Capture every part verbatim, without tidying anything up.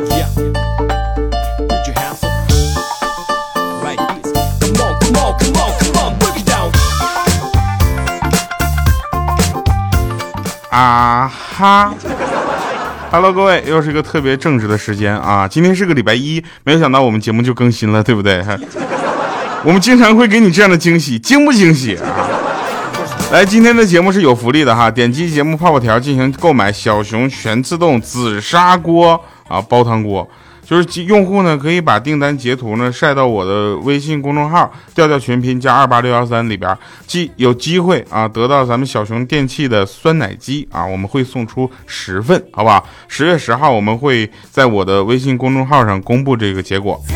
啊哈 ，Hello， 各位，又是一个特别正直的时间啊！今天是个礼拜一，没有想到我们节目就更新了，对不对？我们经常会给你这样的惊喜，惊不惊喜啊？来，今天的节目是有福利的哈，点击节目泡泡条进行购买小熊全自动紫砂锅啊煲汤锅。就是用户呢可以把订单截图呢晒到我的微信公众号调调全拼加二八六幺三里边，既有机会啊得到咱们小熊电器的酸奶机啊，我们会送出十份，好不好？十月十号我们会在我的微信公众号上公布这个结果。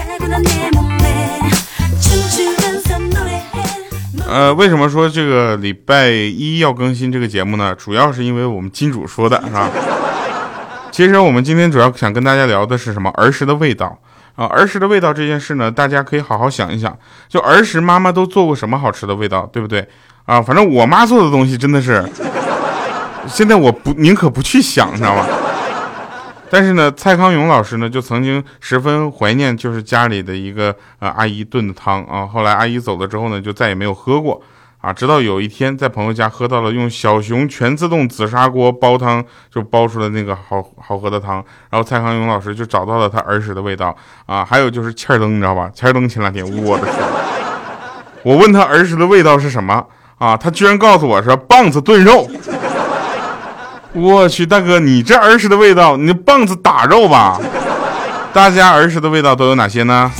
呃，为什么说这个礼拜一要更新这个节目呢？主要是因为我们金主说的，是吧？其实我们今天主要想跟大家聊的是什么？儿时的味道啊！儿时的味道这件事呢，大家可以好好想一想。就儿时妈妈都做过什么好吃的味道，对不对啊？反正我妈做的东西真的是，现在我不宁可不去想，你知道吗？但是呢，蔡康永老师呢就曾经十分怀念，就是家里的一个呃阿姨炖的汤啊。后来阿姨走了之后呢，就再也没有喝过。啊，直到有一天在朋友家喝到了用小熊全自动紫砂锅煲汤就煲出了那个好好喝的汤，然后蔡康永老师就找到了他儿时的味道啊。还有就是欠灯，你知道吧？欠灯前两天，我的天，我问他儿时的味道是什么啊，他居然告诉我是棒子炖肉。我去，大哥，你这儿时的味道，你棒子打肉吧？大家儿时的味道都有哪些呢？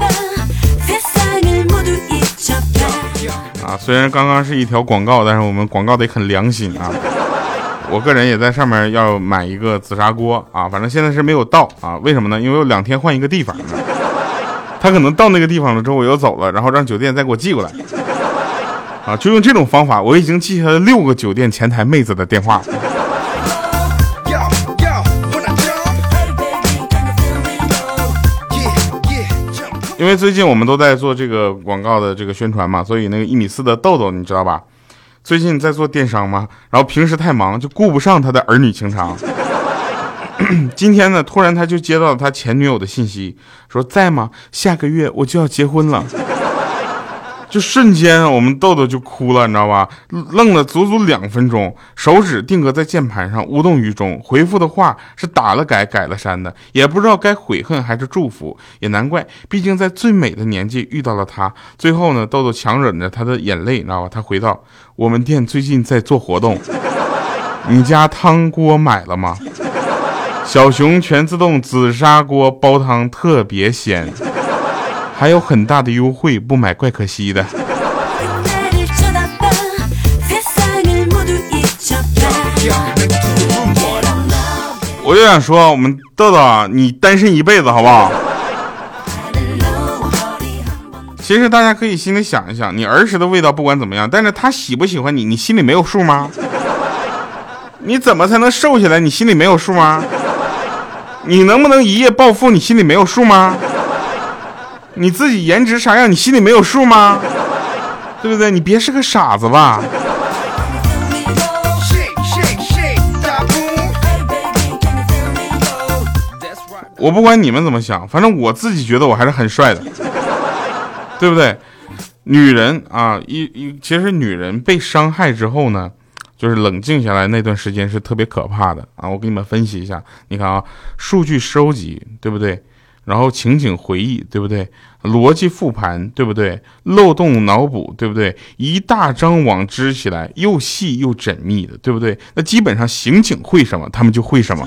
啊，虽然刚刚是一条广告，但是我们广告得很良心啊。我个人也在上面要买一个紫砂锅啊，反正现在是没有到啊。为什么呢？因为我两天换一个地方，他可能到那个地方了之后我又走了，然后让酒店再给我寄过来啊。就用这种方法，我已经记下了六个酒店前台妹子的电话。因为最近我们都在做这个广告的这个宣传嘛，所以那个一米四的豆豆你知道吧？最近在做电商嘛，然后平时太忙就顾不上他的儿女情长。今天呢，突然他就接到了他前女友的信息，说在吗？下个月我就要结婚了。就瞬间我们豆豆就哭了，你知道吧？愣了足足两分钟，手指定格在键盘上，无动于衷。回复的话是打了改，改了删的，也不知道该悔恨还是祝福。也难怪，毕竟在最美的年纪遇到了他。最后呢，豆豆强忍着他的眼泪，你知道吧？他回道：我们店最近在做活动，你家汤锅买了吗？小熊全自动紫砂锅煲汤特别鲜。还有很大的优惠，不买怪可惜的。我就想说，我们豆豆啊，你单身一辈子好不好？其实大家可以心里想一想，你儿时的味道不管怎么样，但是他喜不喜欢你，你心里没有数吗？你怎么才能瘦下来？你心里没有数吗？你能不能一夜暴富？你心里没有数吗？你自己颜值啥样，你心里没有数吗？对不对？你别是个傻子吧。我不管你们怎么想，反正我自己觉得我还是很帅的，对不对？女人啊，一一其实女人被伤害之后呢，就是冷静下来那段时间是特别可怕的啊。我给你们分析一下，你看啊，数据收集，对不对？然后情景回忆，对不对？逻辑复盘，对不对？漏洞脑补，对不对？一大张网织起来，又细又缜密的，对不对？那基本上刑警会什么，他们就会什么。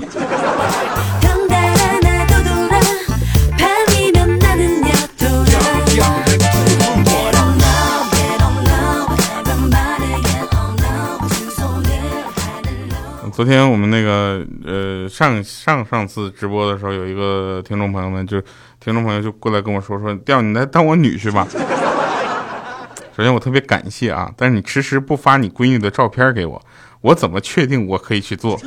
昨天我们那个呃上上上次直播的时候，有一个听众朋友们就听众朋友就过来跟我说说，调你来当我女婿吧。首先我特别感谢啊，但是你迟迟不发你闺女的照片给我，我怎么确定我可以去做？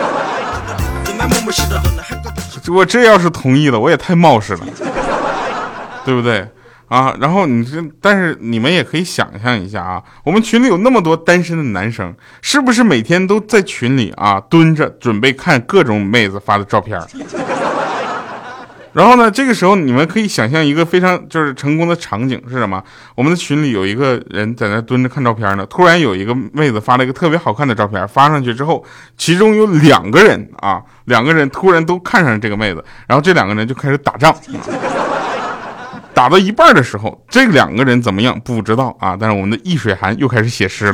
我这要是同意了，我也太冒失了，对不对？啊，然后你这，但是你们也可以想象一下啊，我们群里有那么多单身的男生，是不是每天都在群里啊蹲着准备看各种妹子发的照片？ 然后呢，这个时候你们可以想象一个非常就是成功的场景是什么？我们的群里有一个人在那蹲着看照片呢，突然有一个妹子发了一个特别好看的照片，发上去之后，其中有两个人啊，两个人突然都看上这个妹子，然后这两个人就开始打仗。打到一半的时候，这两个人怎么样不知道啊，但是我们的易水寒又开始写诗了。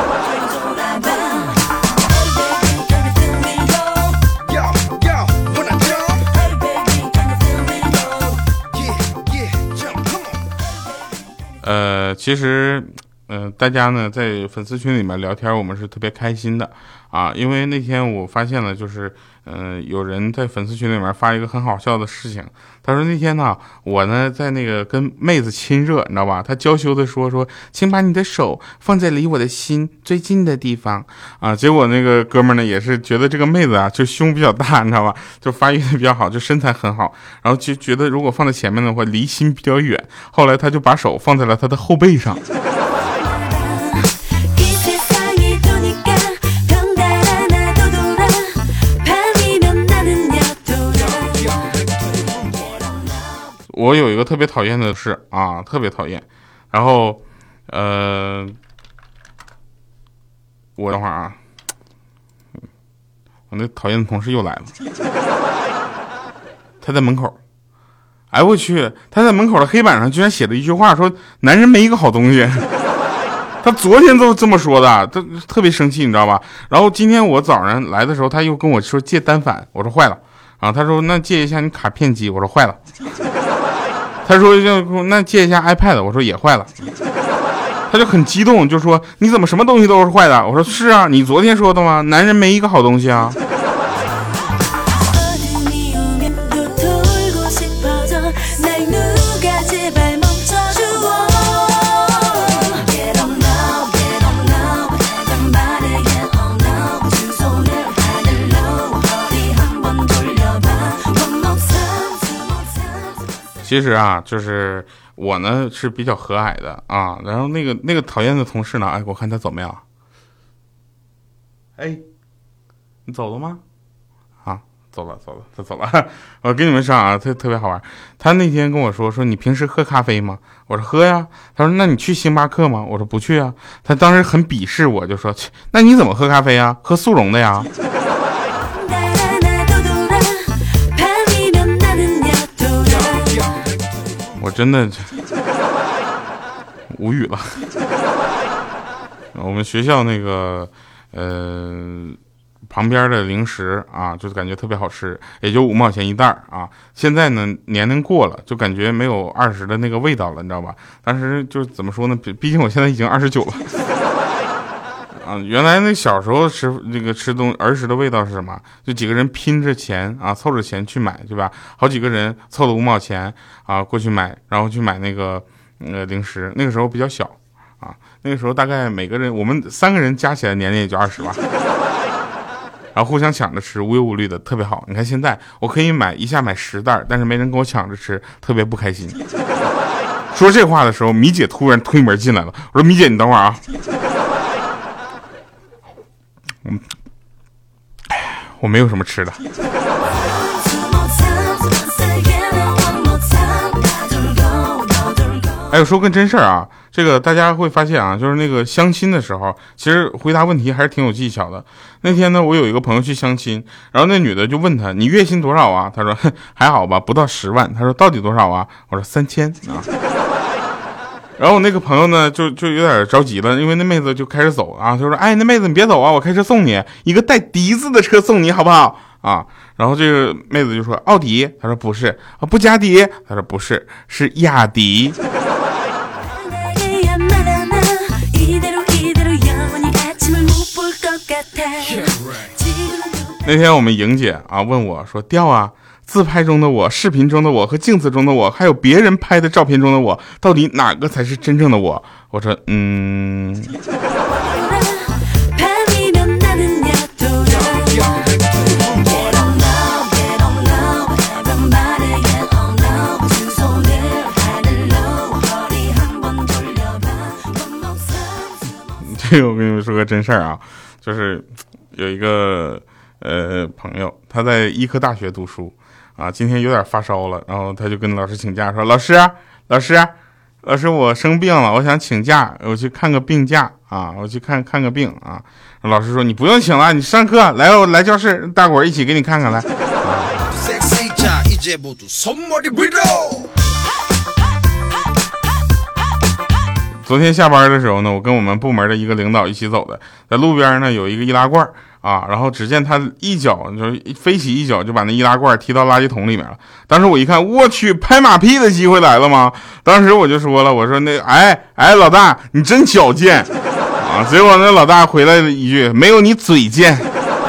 呃，其实，呃，大家呢在粉丝群里面聊天，我们是特别开心的啊，因为那天我发现了，就是，呃，有人在粉丝群里面发一个很好笑的事情。他说那天呢，我呢在那个跟妹子亲热，你知道吧？他娇羞的说说，请把你的手放在离我的心最近的地方啊。结果那个哥们呢也是觉得这个妹子啊就胸比较大，你知道吧？就发育的比较好，就身材很好，然后就觉得如果放在前面的话离心比较远。后来他就把手放在了他的后背上。我有一个特别讨厌的事啊，特别讨厌。然后，呃，我等会儿啊，我那讨厌的同事又来了。他在门口，哎我去，他在门口的黑板上居然写了一句话，说男人没一个好东西。他昨天都这么说的，他特别生气，你知道吧？然后今天我早上来的时候，他又跟我说借单反，我说坏了啊。他说那借一下你卡片机，我说坏了。他说那借一下 iPad， 我说也坏了。他就很激动，就说你怎么什么东西都是坏的？我说是啊，你昨天说的吗？男人没一个好东西啊。其实啊，就是我呢是比较和蔼的啊，然后那个那个讨厌的同事呢，哎，我看他走没有？哎，你走了吗？啊，走了走了，他走了。我跟你们说啊，特特别好玩。他那天跟我说说你平时喝咖啡吗？我说喝呀。他说那你去星巴克吗？我说不去啊。他当时很鄙视我，就说那你怎么喝咖啡呀？喝速溶的呀。我真的无语了。我们学校那个呃旁边的零食啊，就感觉特别好吃，也就五毛钱一袋啊。现在呢年龄过了，就感觉没有二十的那个味道了，你知道吧？当时就怎么说呢？毕竟我现在已经二十九了。啊，原来那小时候吃这个吃东儿时的味道是什么？就几个人拼着钱啊，凑着钱去买，对吧？好几个人凑了五毛钱啊，过去买，然后去买那个呃零食。那个时候比较小啊，那个时候大概每个人我们三个人加起来年龄也就二十吧，然后互相抢着吃，无忧无虑的，特别好。你看现在我可以买一下买十袋，但是没人跟我抢着吃，特别不开心。说这话的时候，米姐突然推门进来了，我说米姐你等会儿啊。嗯，我没有什么吃的。哎，我说个真事儿啊，这个大家会发现啊，就是那个相亲的时候，其实回答问题还是挺有技巧的。那天呢，我有一个朋友去相亲，然后那女的就问他：“你月薪多少啊？”他说：“还好吧，不到十万。”他说：“到底多少啊？”我说：“三千啊。”然后我那个朋友呢，就就有点着急了，因为那妹子就开始走啊，就说：“哎，那妹子你别走啊，我开车送你，一个带迪字的车送你，好不好？”啊，然后这个妹子就说：“奥迪。”他说：“不是啊，布加迪。”他说：“不是，是雅迪。”那天我们莹姐啊问我说：“调啊。”自拍中的我，视频中的我和镜子中的我，还有别人拍的照片中的我，到底哪个才是真正的我？我说，嗯。这个我跟你们说个真事儿啊，就是有一个呃朋友，他在医科大学读书。 啊，今天有点发烧了，然后他就跟老师请假说，老师老师老师我生病了，我想请假，我去看个病假啊，我去看看个病啊。老师说你不用请了，你上课来我来教室，大伙儿一起给你看看来。啊昨天下班的时候呢，我跟我们部门的一个领导一起走的，在路边呢有一个易拉罐啊，然后只见他一脚就飞起一脚就把那易拉罐踢到垃圾桶里面了。当时我一看，我去，拍马屁的机会来了吗？当时我就说了，我说那哎哎老大你真矫健啊！结果那老大回来了一句，没有你嘴贱。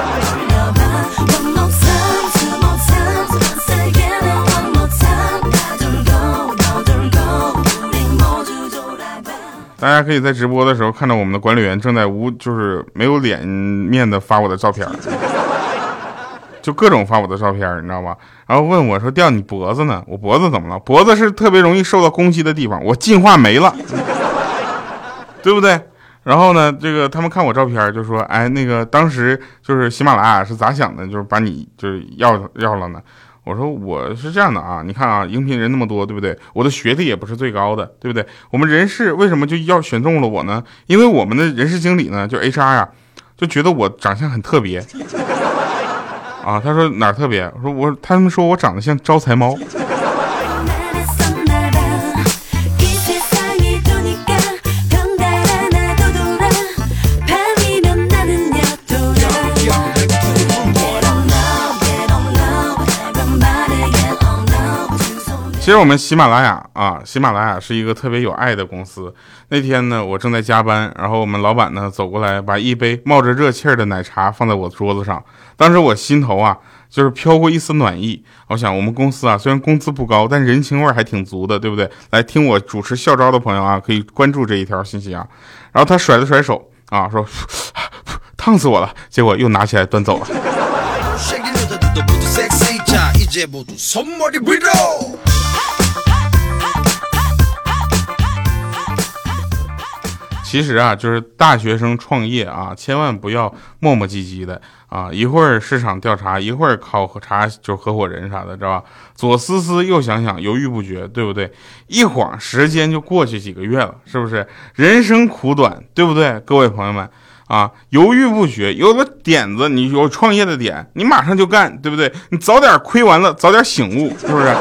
大家可以在直播的时候看到我们的管理员正在无就是没有脸面的发我的照片，就各种发我的照片，你知道吧？然后问我说掉你脖子呢？我脖子怎么了？脖子是特别容易受到攻击的地方，我进化没了，对不对？然后呢，这个他们看我照片就说，哎，那个当时就是喜马拉雅是咋想的，就是把你就是要要了呢？我说我是这样的啊，你看啊，应聘人那么多，对不对？我的学历也不是最高的，对不对？我们人事为什么就要选中了我呢？因为我们的人事经理呢，就 H R 呀、啊，就觉得我长相很特别啊。他说哪儿特别？我说我，他们说我长得像招财猫。其实我们喜马拉雅啊，喜马拉雅是一个特别有爱的公司。那天呢，我正在加班，然后我们老板呢走过来，把一杯冒着热气儿的奶茶放在我桌子上。当时我心头啊，就是飘过一丝暖意。我想，我们公司啊，虽然工资不高，但人情味还挺足的，对不对？来听我主持校招的朋友啊，可以关注这一条信息啊。然后他甩了甩手啊，说烫死我了，结果又拿起来端走了。其实啊，就是大学生创业啊，千万不要磨磨唧唧的啊，一会儿市场调查，一会儿考察就合伙人啥的，知道吧？左思思右想想，犹豫不决，对不对？一晃时间就过去几个月了，是不是？人生苦短，对不对？各位朋友们啊，犹豫不决，有个点子，你有创业的点，你马上就干，对不对？你早点亏完了，早点醒悟，是不是？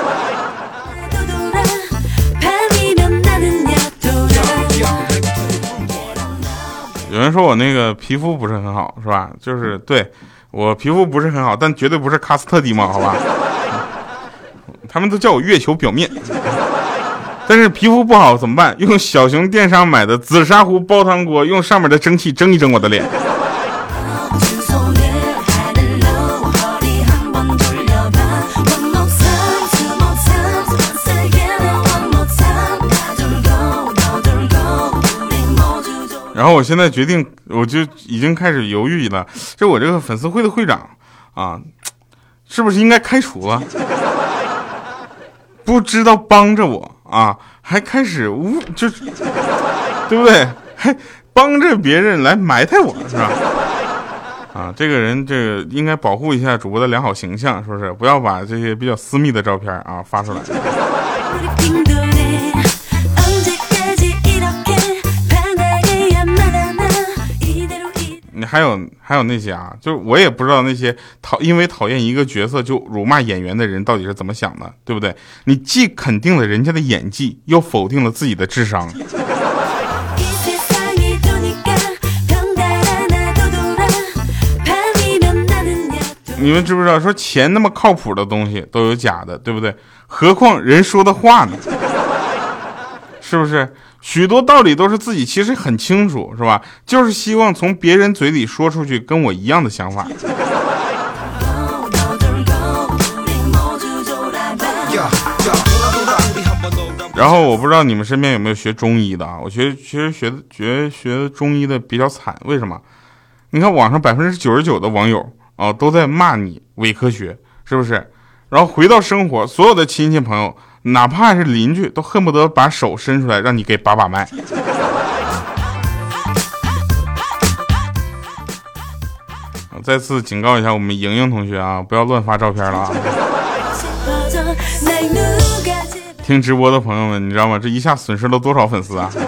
有人说我那个皮肤不是很好，是吧？就是对我皮肤不是很好，但绝对不是喀斯特地貌，好吧？他们都叫我月球表面。但是皮肤不好怎么办？用小熊电商买的紫砂壶煲汤锅，用上面的蒸汽蒸一蒸我的脸。然后我现在决定，我就已经开始犹豫了，这我这个粉丝会的会长啊，是不是应该开除了？不知道帮着我啊，还开始污，就对不对？还帮着别人来埋汰我，是吧？啊，这个人这个应该保护一下主播的良好形象，是不是？不要把这些比较私密的照片啊发出来。你还有还有那些啊，就是我也不知道那些讨因为讨厌一个角色就辱骂演员的人到底是怎么想的，对不对？你既肯定了人家的演技，又否定了自己的智商。你们知不知道说钱那么靠谱的东西都有假的，对不对？何况人说的话呢？是不是？许多道理都是自己其实很清楚，是吧？就是希望从别人嘴里说出去跟我一样的想法。然后我不知道你们身边有没有学中医的啊？我学其实学学学中医的比较惨，为什么？你看网上百分之九十九的网友啊都在骂你伪科学，是不是？然后回到生活，所有的亲戚朋友，哪怕是邻居，都恨不得把手伸出来让你给把把脉。再次警告一下我们莹莹同学啊，不要乱发照片了啊！ 听直播的朋友们，你知道吗？这一下损失了多少粉丝啊？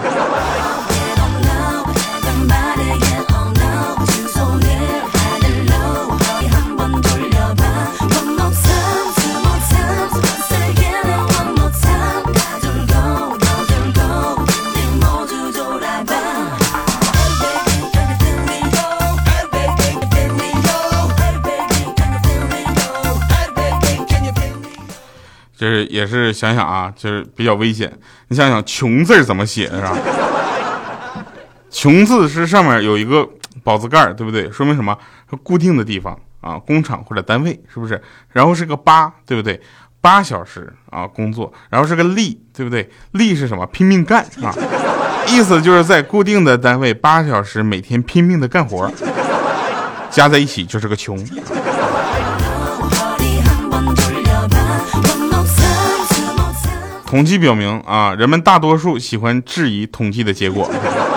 就是也是想想啊，就是比较危险。你想想穷字怎么写是吧？穷字是上面有一个宝字盖，对不对？说明什么？固定的地方啊，工厂或者单位，是不是？然后是个八，对不对？八小时啊工作，然后是个力，对不对？力是什么？拼命干啊，意思就是在固定的单位八小时，每天拼命的干活，加在一起就是个穷。统计表明啊，人们大多数喜欢质疑统计的结果。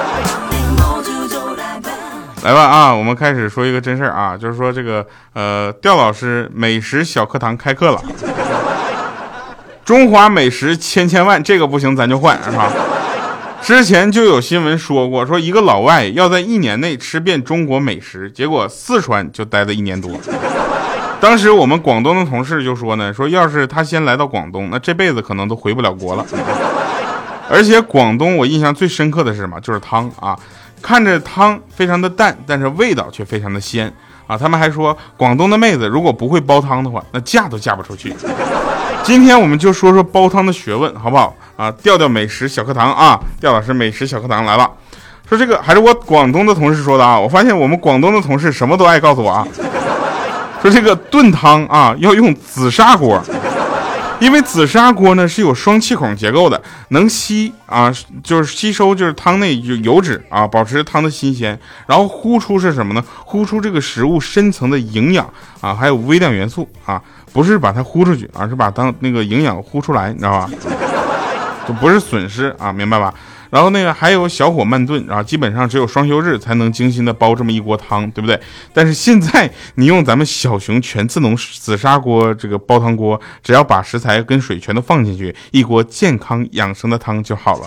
来吧啊，我们开始说一个真事儿啊，就是说这个呃，刁老师美食小课堂开课了。中华美食千千万，这个不行咱就换是吧？之前就有新闻说过，说一个老外要在一年内吃遍中国美食，结果四川就待了一年多。当时我们广东的同事就说呢，说要是他先来到广东，那这辈子可能都回不了国了。而且广东我印象最深刻的是什么？就是汤啊，看着汤非常的淡，但是味道却非常的鲜啊。他们还说，广东的妹子如果不会煲汤的话，那嫁都嫁不出去。今天我们就说说煲汤的学问，好不好啊？调调美食小课堂啊，调老师美食小课堂来了。说这个还是我广东的同事说的啊，我发现我们广东的同事什么都爱告诉我啊。说这个炖汤啊要用紫砂锅，因为紫砂锅呢是有双气孔结构的，能吸啊就是吸收就是汤内油脂啊，保持汤的新鲜，然后呼出是什么呢？呼出这个食物深层的营养啊，还有微量元素啊，不是把它呼出去，而是把当那个营养呼出来，你知道吧？就不是损失啊，明白吧？然后那个还有小火慢炖，然后基本上只有双休日才能精心的煲这么一锅汤，对不对？但是现在你用咱们小熊全自动紫砂锅这个煲汤锅，只要把食材跟水全都放进去，一锅健康养生的汤就好了。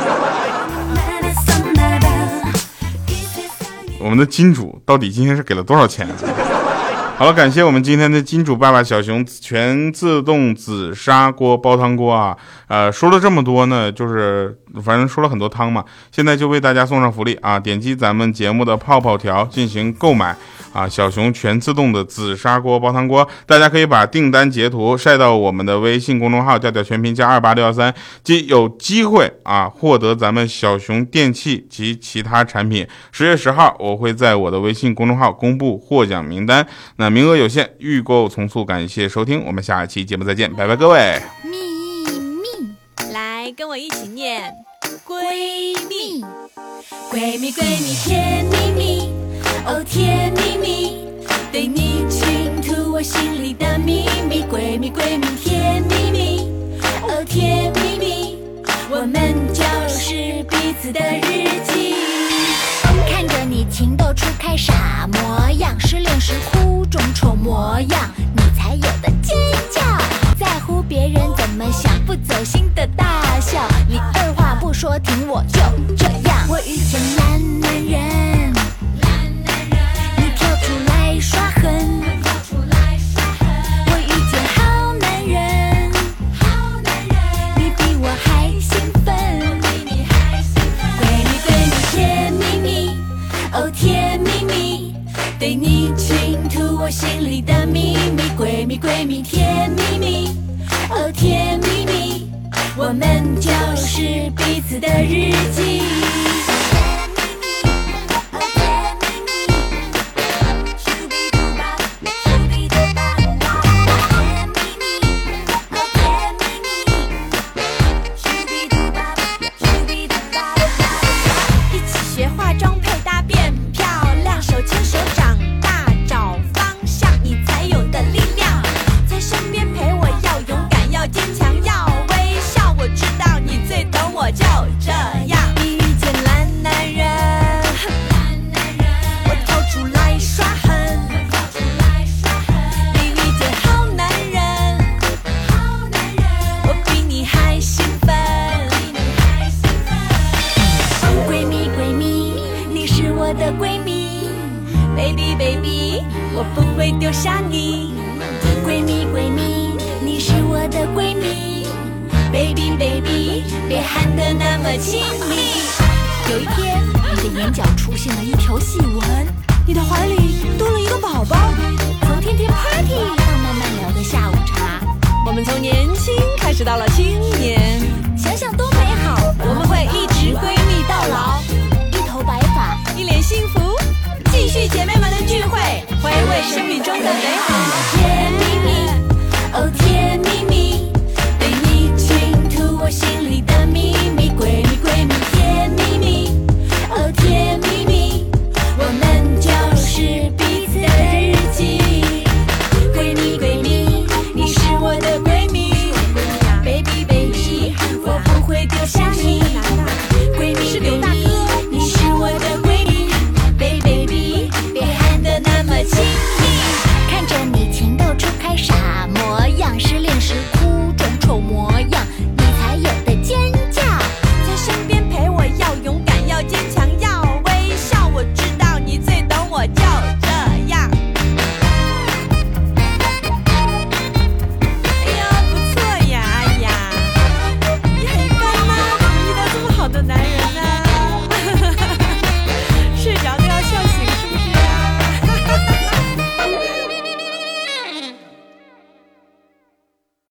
我们的金主到底今天是给了多少钱啊？好了，感谢我们今天的金主爸爸小熊全自动紫砂锅煲汤锅啊，呃，说了这么多呢，就是反正说了很多汤嘛，现在就为大家送上福利啊，点击咱们节目的泡泡条进行购买啊，小熊全自动的紫砂锅煲汤锅，大家可以把订单截图晒到我们的微信公众号调调全拼加二八六幺三，即有机会啊获得咱们小熊电器及其他产品。十月十号我会在我的微信公众号公布获奖名单，那名额有限，预购从速，感谢收听，我们下期节目再见，拜拜各位。 秘密，来跟我一起念，闺蜜，闺蜜闺蜜甜蜜蜜，哦甜蜜蜜，对你倾吐我心里的秘密，闺蜜闺蜜甜蜜蜜，哦甜蜜蜜，我们就是彼此的日记。看着你情窦初开傻模样，失恋时哭中丑模样，你才有的尖叫，在乎别人怎么想，不走心的大笑，你二话不说听我就这样。我遇见烂男人，你跳出来耍狠，我遇见好男人，你比我还兴奋，闺蜜闺蜜甜蜜蜜，哦甜蜜蜜，对你倾吐我心里的秘密，闺蜜闺蜜甜蜜蜜，哦甜蜜蜜，我们就是彼此的日记。坚强要微笑，我知道你最懂我，就这样。你遇见了 ，baby baby， 别喊得那么亲密。有一天，你的眼角出现了一条细纹，你的怀里多了一个宝宝。从天天 party 到慢慢聊的下午茶，我们从年轻开始到了青年，想想多美好。我们会一直闺蜜到老，一头白发，一脸幸福，继续姐妹们的聚会，回味生命。